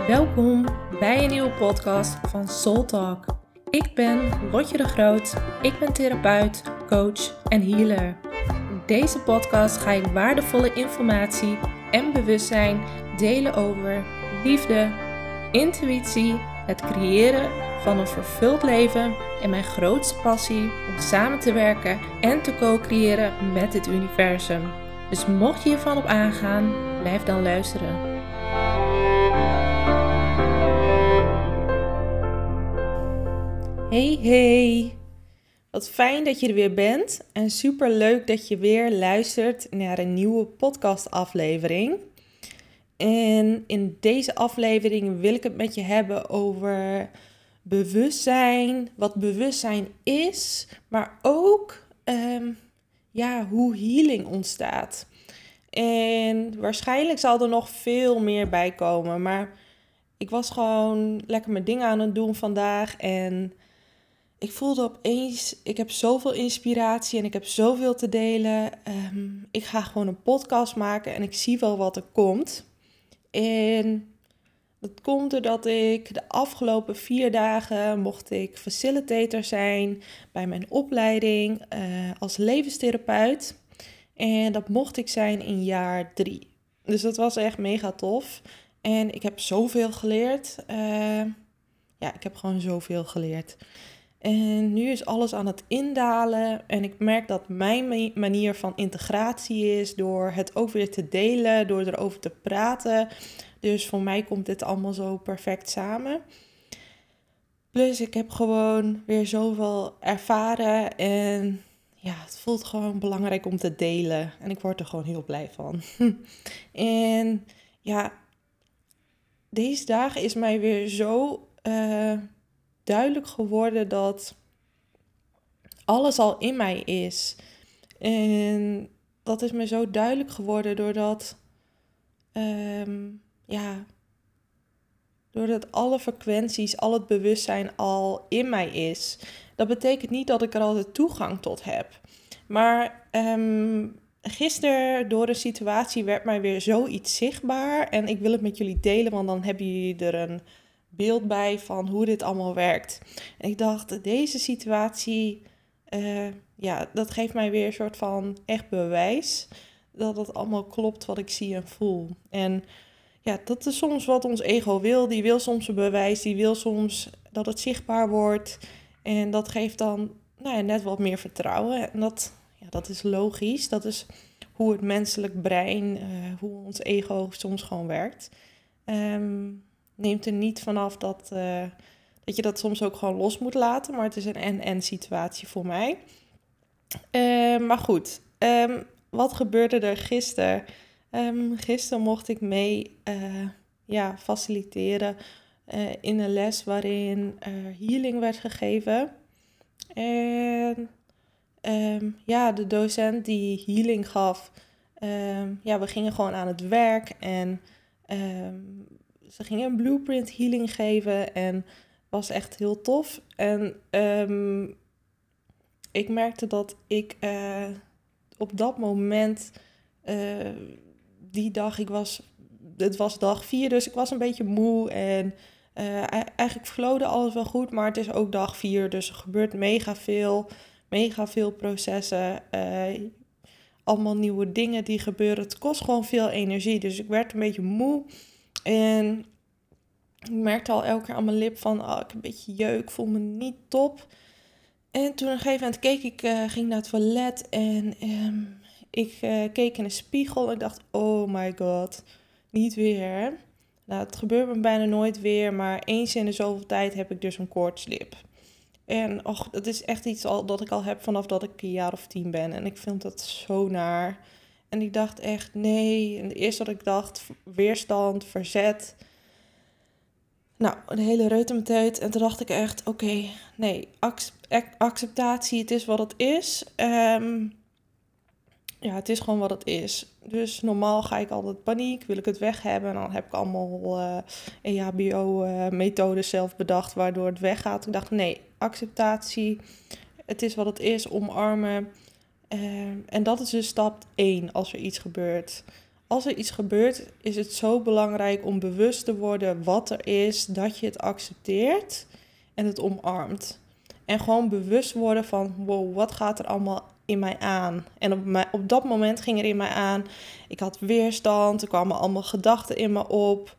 Welkom bij een nieuwe podcast van Soul Talk. Ik ben Lotje de Groot, ik ben therapeut, coach en healer. In deze podcast ga ik waardevolle informatie en bewustzijn delen over liefde, intuïtie, het creëren van een vervuld leven en mijn grootste passie om samen te werken en te co-creëren met het universum. Dus mocht je hiervan op aangaan, blijf dan luisteren. Hey, wat fijn dat je er weer bent en super leuk dat je weer luistert naar een nieuwe podcastaflevering. En in deze aflevering wil ik het met je hebben over bewustzijn, wat bewustzijn is, maar ook hoe healing ontstaat. En waarschijnlijk zal er nog veel meer bij komen, maar ik was gewoon lekker mijn dingen aan het doen vandaag en ik voelde opeens, ik heb zoveel inspiratie en ik heb zoveel te delen. Ik ga gewoon een podcast maken en ik zie wel wat er komt. En dat komt doordat ik de afgelopen 4 dagen mocht ik facilitator zijn bij mijn opleiding als levenstherapeut. En dat mocht ik zijn in jaar 3. Dus dat was echt mega tof. En ik heb zoveel geleerd. Ik heb gewoon zoveel geleerd. En nu is alles aan het indalen en ik merk dat mijn manier van integratie is door het ook weer te delen, door erover te praten. Dus voor mij komt dit allemaal zo perfect samen. Plus ik heb gewoon weer zoveel ervaren en ja, het voelt gewoon belangrijk om te delen. En ik word er gewoon heel blij van. En ja, deze dagen is mij weer zo duidelijk geworden dat alles al in mij is. En dat is me zo duidelijk geworden doordat doordat alle frequenties, al het bewustzijn al in mij is. Dat betekent niet dat ik er altijd toegang tot heb. Maar gisteren door een situatie werd mij weer zoiets zichtbaar. En ik wil het met jullie delen, want dan hebben jullie er een beeld bij van hoe dit allemaal werkt. En ik dacht, deze situatie, dat geeft mij weer een soort van echt bewijs dat het allemaal klopt wat ik zie en voel. En ja, dat is soms wat ons ego wil. Die wil soms een bewijs, die wil soms dat het zichtbaar wordt. En dat geeft dan net wat meer vertrouwen. En dat is logisch. Dat is hoe het menselijk brein, hoe ons ego soms gewoon werkt. Neemt er niet vanaf dat je dat soms ook gewoon los moet laten. Maar het is een en-en situatie voor mij. Maar goed, wat gebeurde er gisteren? Gisteren mocht ik mee faciliteren in een les waarin healing werd gegeven. En de docent die healing gaf, we gingen gewoon aan het werk en ze gingen een blueprint healing geven en was echt heel tof. En ik merkte dat ik op dat moment, die dag, het was dag 4, dus ik was een beetje moe en eigenlijk flowde alles wel goed, maar het is ook dag 4, dus er gebeurt mega veel processen, allemaal nieuwe dingen die gebeuren. Het kost gewoon veel energie, dus ik werd een beetje moe en ik merkte al elke keer aan mijn lip van, ik heb een beetje jeuk, voel me niet top. En toen op een gegeven moment ging naar het toilet en ik keek in een spiegel en ik dacht, oh my god, niet weer. Nou, het gebeurt me bijna nooit weer, maar eens in de zoveel tijd heb ik dus een koortslip. En dat is echt iets dat ik al heb vanaf dat ik een jaar of 10 ben. En ik vind dat zo naar. En ik dacht echt, nee. En eerst wat ik dacht, weerstand, verzet. Nou, een hele reutemeteut. En toen dacht ik echt, oké, nee, acceptatie, het is wat het is. Het is gewoon wat het is. Dus normaal ga ik altijd paniek, wil ik het weg hebben. En dan heb ik allemaal EHBO-methodes zelf bedacht waardoor het weggaat. Ik dacht, nee, acceptatie, het is wat het is, omarmen. En dat is dus stap 1 als er iets gebeurt. als er iets gebeurt, is het zo belangrijk om bewust te worden wat er is, dat je het accepteert en het omarmt. En gewoon bewust worden van, wow, wat gaat er allemaal in mij aan? En op dat moment ging er in mij aan, ik had weerstand, er kwamen allemaal gedachten in me op.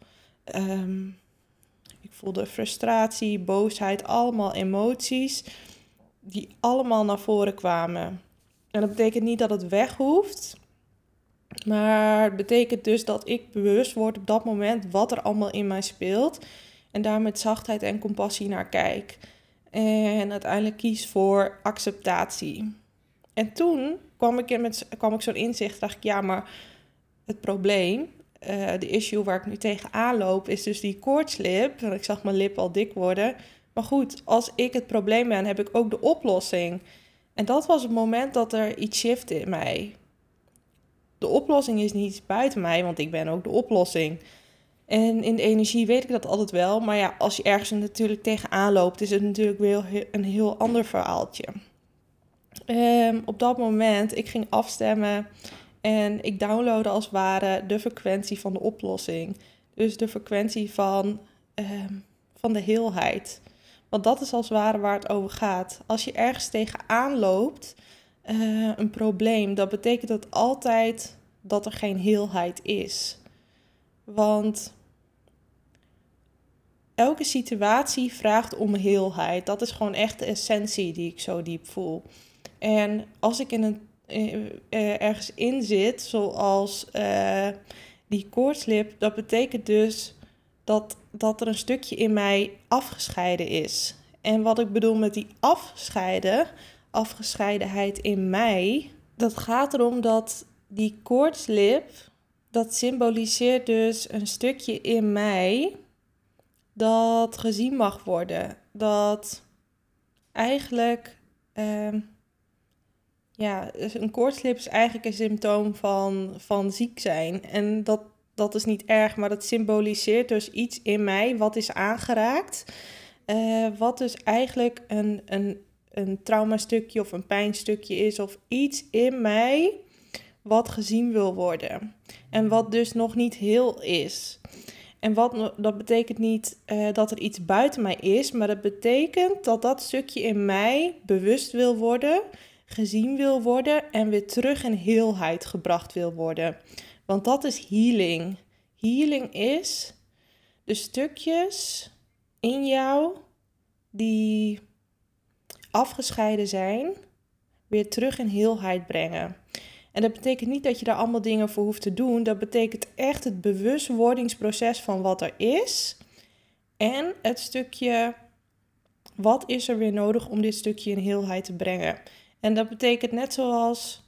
Ik voelde frustratie, boosheid, allemaal emoties die allemaal naar voren kwamen. En dat betekent niet dat het weg hoeft, maar het betekent dus dat ik bewust word op dat moment wat er allemaal in mij speelt. En daar met zachtheid en compassie naar kijk. En uiteindelijk kies voor acceptatie. En toen kwam ik zo'n inzicht, dacht ik, ja, maar het probleem, de issue waar ik nu tegenaan loop, is dus die koortslip. En ik zag mijn lip al dik worden. Maar goed, als ik het probleem ben, heb ik ook de oplossing. En dat was het moment dat er iets shifte in mij. De oplossing is niet buiten mij, want ik ben ook de oplossing. En in de energie weet ik dat altijd wel. Maar ja, als je ergens natuurlijk tegenaan loopt, is het natuurlijk weer een heel ander verhaaltje. Op dat moment, ik ging afstemmen en ik downloadde als het ware de frequentie van de oplossing. Dus de frequentie van de heelheid. Want dat is als het ware waar het over gaat. Als je ergens tegenaan loopt, een probleem, dat betekent dat altijd dat er geen heelheid is. Want elke situatie vraagt om heelheid. Dat is gewoon echt de essentie die ik zo diep voel. En als ik ergens in zit, zoals die koortslip, dat betekent dus dat er een stukje in mij afgescheiden is. En wat ik bedoel met die afgescheidenheid in mij, dat gaat erom dat die koortslip, dat symboliseert dus een stukje in mij dat gezien mag worden. Dat eigenlijk, een koortslip is eigenlijk een symptoom van ziek zijn. En dat is niet erg, maar dat symboliseert dus iets in mij wat is aangeraakt. Wat dus eigenlijk een traumastukje of een pijnstukje is, of iets in mij wat gezien wil worden. En wat dus nog niet heel is. En dat betekent niet dat er iets buiten mij is, maar dat betekent dat dat stukje in mij bewust wil worden, gezien wil worden en weer terug in heelheid gebracht wil worden. Want dat is healing. Healing is de stukjes in jou die afgescheiden zijn, weer terug in heelheid brengen. En dat betekent niet dat je daar allemaal dingen voor hoeft te doen. Dat betekent echt het bewustwordingsproces van wat er is. En het stukje, wat is er weer nodig om dit stukje in heelheid te brengen. En dat betekent net zoals,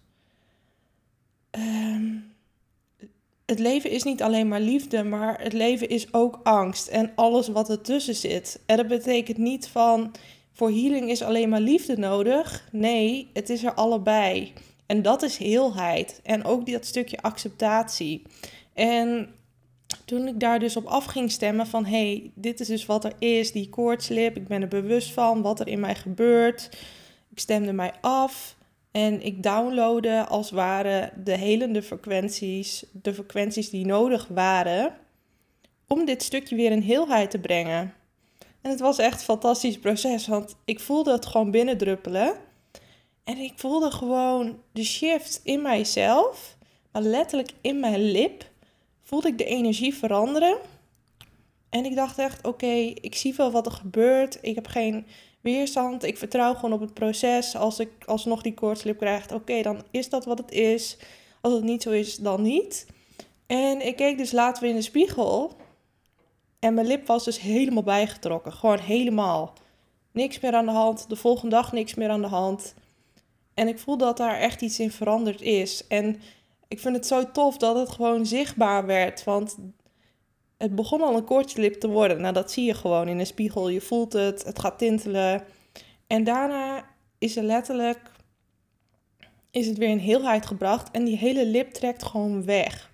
het leven is niet alleen maar liefde, maar het leven is ook angst en alles wat ertussen zit. En dat betekent niet van, voor healing is alleen maar liefde nodig. Nee, het is er allebei. En dat is heelheid. En ook dat stukje acceptatie. En toen ik daar dus op af ging stemmen van, hey, dit is dus wat er is, die koortslip. Ik ben er bewust van wat er in mij gebeurt. Ik stemde mij af en ik downloadde als het ware de helende frequenties, de frequenties die nodig waren om dit stukje weer in heelheid te brengen. En het was echt een fantastisch proces, want ik voelde het gewoon binnendruppelen. En ik voelde gewoon de shift in mijzelf, maar letterlijk in mijn lip voelde ik de energie veranderen. En ik dacht echt, oké, ik zie wel wat er gebeurt. Ik heb geen weerstand. Ik vertrouw gewoon op het proces. Als ik alsnog die koortslip krijg, oké, dan is dat wat het is. Als het niet zo is, dan niet. En ik keek dus later weer in de spiegel. En mijn lip was dus helemaal bijgetrokken. Gewoon helemaal. Niks meer aan de hand. De volgende dag niks meer aan de hand. En ik voel dat daar echt iets in veranderd is. En ik vind het zo tof dat het gewoon zichtbaar werd. Want het begon al een koortslip te worden. Nou, dat zie je gewoon in de spiegel. Je voelt het, het gaat tintelen. En daarna is het weer in heelheid gebracht. En die hele lip trekt gewoon weg.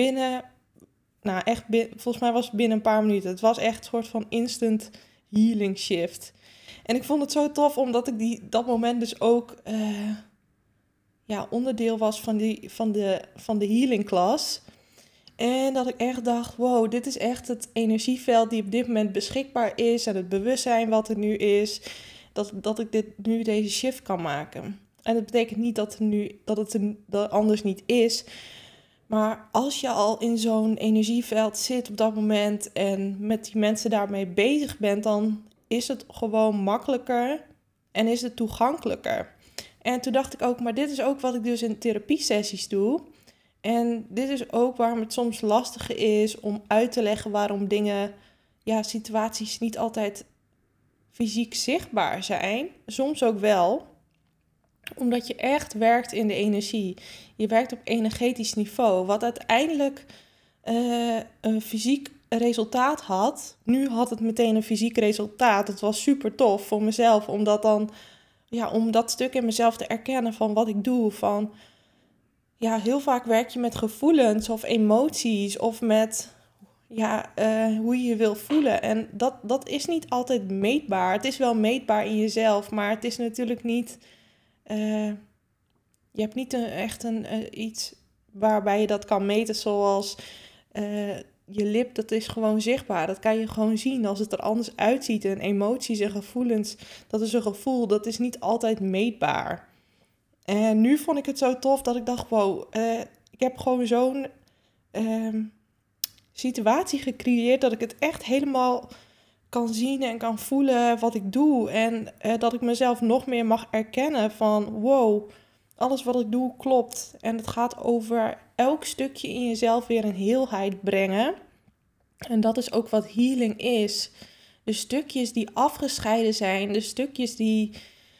Volgens mij was het binnen een paar minuten. Het was echt een soort van instant healing shift. En ik vond het zo tof, omdat ik dat moment dus ook onderdeel was van de healing class. En dat ik echt dacht, wow, dit is echt het energieveld die op dit moment beschikbaar is. En het bewustzijn wat er nu is. Dat ik deze shift kan maken. En dat betekent niet dat het anders niet is. Maar als je al in zo'n energieveld zit op dat moment en met die mensen daarmee bezig bent, dan is het gewoon makkelijker en is het toegankelijker. En toen dacht ik ook, maar dit is ook wat ik dus in therapiesessies doe. En dit is ook waarom het soms lastig is om uit te leggen waarom situaties niet altijd fysiek zichtbaar zijn. Soms ook wel, omdat je echt werkt in de energie. Je werkt op energetisch niveau, wat uiteindelijk een fysiek resultaat had. Nu had het meteen een fysiek resultaat. Het was super tof voor mezelf, om dat stuk in mezelf te erkennen van wat ik doe. Heel vaak werk je met gevoelens of emoties of met hoe je je wil voelen. En dat is niet altijd meetbaar. Het is wel meetbaar in jezelf, maar het is natuurlijk niet... je hebt niet iets waarbij je dat kan meten zoals je lip, dat is gewoon zichtbaar. Dat kan je gewoon zien als het er anders uitziet. En emoties en gevoelens, dat is een gevoel, dat is niet altijd meetbaar. En nu vond ik het zo tof dat ik dacht, wow, ik heb gewoon zo'n situatie gecreëerd dat ik het echt helemaal kan zien en kan voelen wat ik doe. En dat ik mezelf nog meer mag erkennen van, wow, alles wat ik doe klopt. En het gaat over elk stukje in jezelf weer een heelheid brengen. En dat is ook wat healing is. De stukjes die afgescheiden zijn, de stukjes die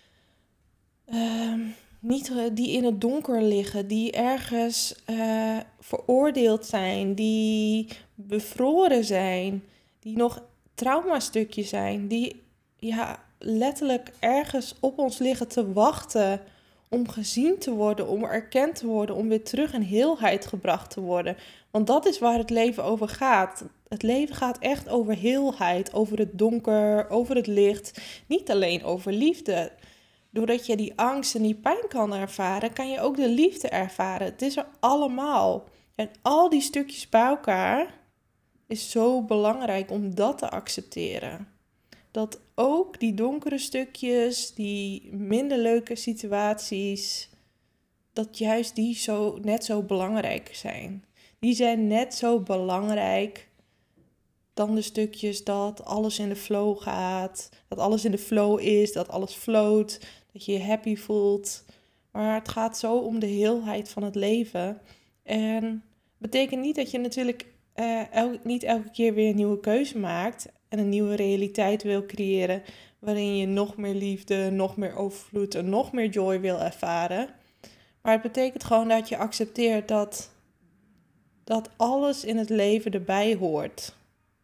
die in het donker liggen, die ergens veroordeeld zijn, die bevroren zijn, die nog traumastukjes zijn, die letterlijk ergens op ons liggen te wachten om gezien te worden, om erkend te worden, om weer terug in heelheid gebracht te worden. Want dat is waar het leven over gaat. Het leven gaat echt over heelheid, over het donker, over het licht. Niet alleen over liefde. Doordat je die angst en die pijn kan ervaren, kan je ook de liefde ervaren. Het is er allemaal. En al die stukjes bij elkaar is zo belangrijk om dat te accepteren. Dat ook die donkere stukjes, die minder leuke situaties, dat juist die net zo belangrijk zijn. Die zijn net zo belangrijk dan de stukjes dat alles in de flow gaat, dat alles in de flow is, dat alles float, dat je je happy voelt. Maar het gaat zo om de heelheid van het leven. En betekent niet dat je natuurlijk niet elke keer weer een nieuwe keuze maakt en een nieuwe realiteit wil creëren, waarin je nog meer liefde, nog meer overvloed en nog meer joy wil ervaren. Maar het betekent gewoon dat je accepteert dat alles in het leven erbij hoort.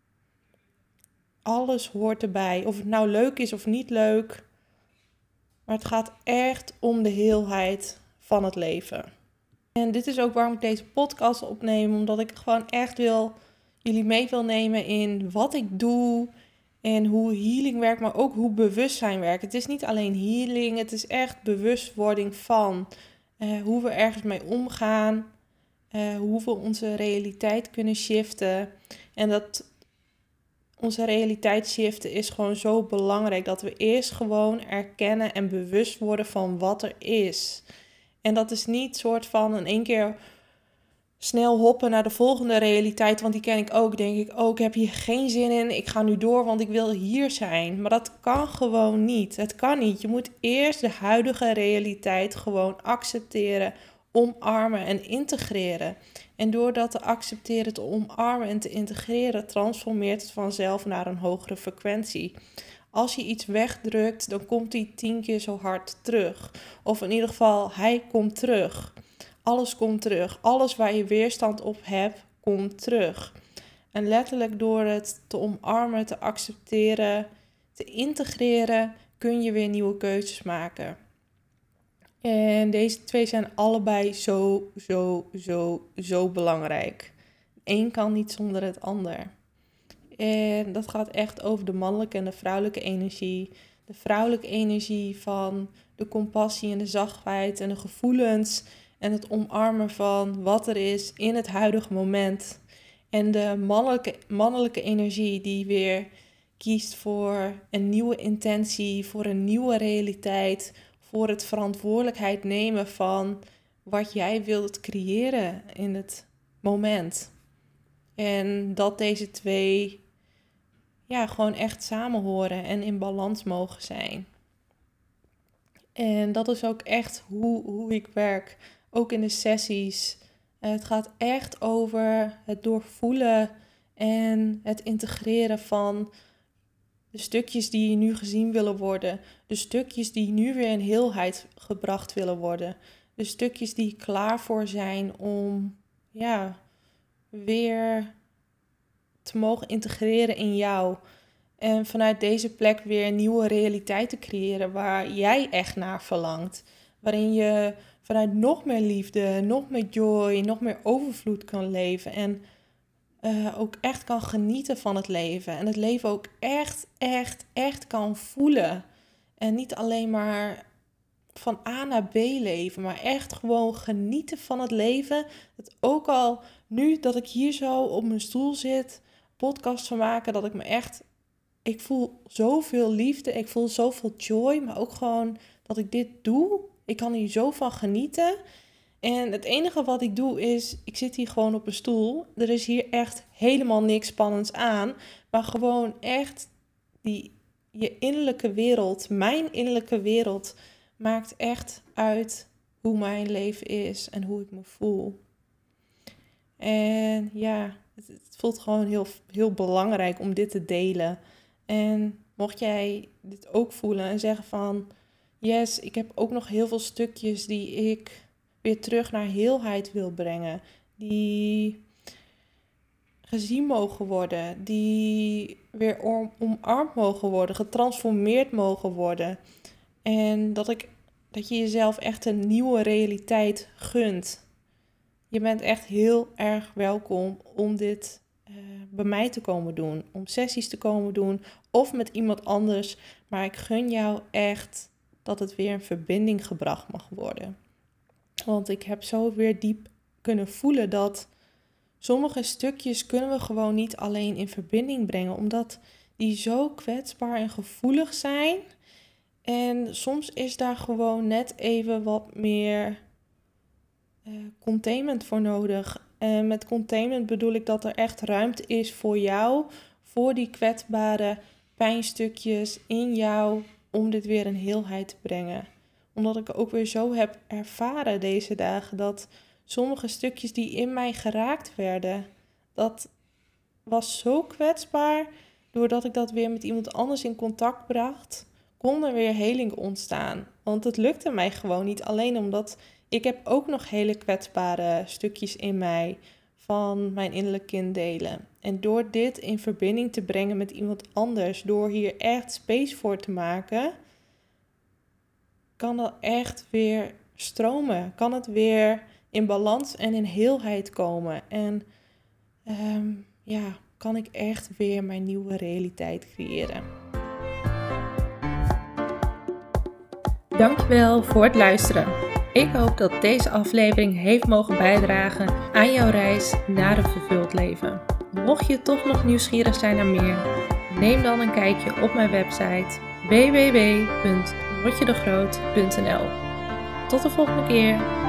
Alles hoort erbij. Of het nou leuk is of niet leuk. Maar het gaat echt om de heelheid van het leven. En dit is ook waarom ik deze podcast opneem. Omdat ik gewoon echt jullie mee wil nemen in wat ik doe. En hoe healing werkt, maar ook hoe bewustzijn werkt. Het is niet alleen healing, het is echt bewustwording van hoe we ergens mee omgaan. Hoe we onze realiteit kunnen shiften. En dat onze realiteit shiften is gewoon zo belangrijk. Dat we eerst gewoon erkennen en bewust worden van wat er is. En dat is niet soort van in één keer snel hoppen naar de volgende realiteit. Want die ken ik ook. Denk ik, ik heb hier geen zin in. Ik ga nu door, want ik wil hier zijn. Maar dat kan gewoon niet. Het kan niet. Je moet eerst de huidige realiteit gewoon accepteren, omarmen en integreren. En door dat te accepteren, te omarmen en te integreren, transformeert het vanzelf naar een hogere frequentie. Als je iets wegdrukt, dan komt die 10 keer zo hard terug. Of in ieder geval, hij komt terug. Alles komt terug. Alles waar je weerstand op hebt, komt terug. En letterlijk door het te omarmen, te accepteren, te integreren, kun je weer nieuwe keuzes maken. En deze twee zijn allebei zo belangrijk. Eén kan niet zonder het ander. En dat gaat echt over de mannelijke en de vrouwelijke energie. De vrouwelijke energie van de compassie en de zachtheid en de gevoelens. En het omarmen van wat er is in het huidige moment. En de mannelijke energie die weer kiest voor een nieuwe intentie, voor een nieuwe realiteit, voor het verantwoordelijkheid nemen van wat jij wilt creëren in het moment. En dat deze twee gewoon echt samen horen en in balans mogen zijn. En dat is ook echt hoe ik werk, ook in de sessies. Het gaat echt over het doorvoelen en het integreren van de stukjes die nu gezien willen worden. De stukjes die nu weer in heelheid gebracht willen worden. De stukjes die klaar voor zijn om weer te mogen integreren in jou. En vanuit deze plek weer een nieuwe realiteit te creëren waar jij echt naar verlangt. Waarin je vanuit nog meer liefde, nog meer joy, nog meer overvloed kan leven. En ook echt kan genieten van het leven. En het leven ook echt kan voelen. En niet alleen maar van A naar B leven, maar echt gewoon genieten van het leven. Het ook al nu dat ik hier zo op mijn stoel zit, podcast van maken, dat ik voel zoveel liefde, ik voel zoveel joy, maar ook gewoon dat ik dit doe. Ik kan hier zo van genieten. En het enige wat ik doe is, ik zit hier gewoon op een stoel. Er is hier echt helemaal niks spannends aan. Maar gewoon echt je innerlijke wereld, mijn innerlijke wereld, maakt echt uit hoe mijn leven is en hoe ik me voel. En het voelt gewoon heel, heel belangrijk om dit te delen. En mocht jij dit ook voelen en zeggen van, yes, ik heb ook nog heel veel stukjes die ik weer terug naar heelheid wil brengen. Die gezien mogen worden. Die weer omarmd mogen worden. Getransformeerd mogen worden. En dat je jezelf echt een nieuwe realiteit gunt. Je bent echt heel erg welkom om dit bij mij te komen doen. Om sessies te komen doen. Of met iemand anders. Maar ik gun jou echt dat het weer in verbinding gebracht mag worden. Want ik heb zo weer diep kunnen voelen dat sommige stukjes kunnen we gewoon niet alleen in verbinding brengen. Omdat die zo kwetsbaar en gevoelig zijn. En soms is daar gewoon net even wat meer containment voor nodig. En met containment bedoel ik dat er echt ruimte is voor jou. Voor die kwetsbare pijnstukjes in jou. Om dit weer in heelheid te brengen. Omdat ik ook weer zo heb ervaren deze dagen. Dat sommige stukjes die in mij geraakt werden. Dat was zo kwetsbaar. Doordat ik dat weer met iemand anders in contact bracht. Kon er weer heling ontstaan. Want het lukte mij gewoon niet. Alleen omdat ik heb ook nog hele kwetsbare stukjes in mij. Van mijn innerlijk kind delen. En door dit in verbinding te brengen met iemand anders. Door hier echt space voor te maken. Kan dat echt weer stromen. Kan het weer in balans en in heelheid komen. En kan ik echt weer mijn nieuwe realiteit creëren. Dankjewel voor het luisteren. Ik hoop dat deze aflevering heeft mogen bijdragen aan jouw reis naar een vervuld leven. Mocht je toch nog nieuwsgierig zijn naar meer, neem dan een kijkje op mijn website www.lotjedegroot.nl. Tot de volgende keer.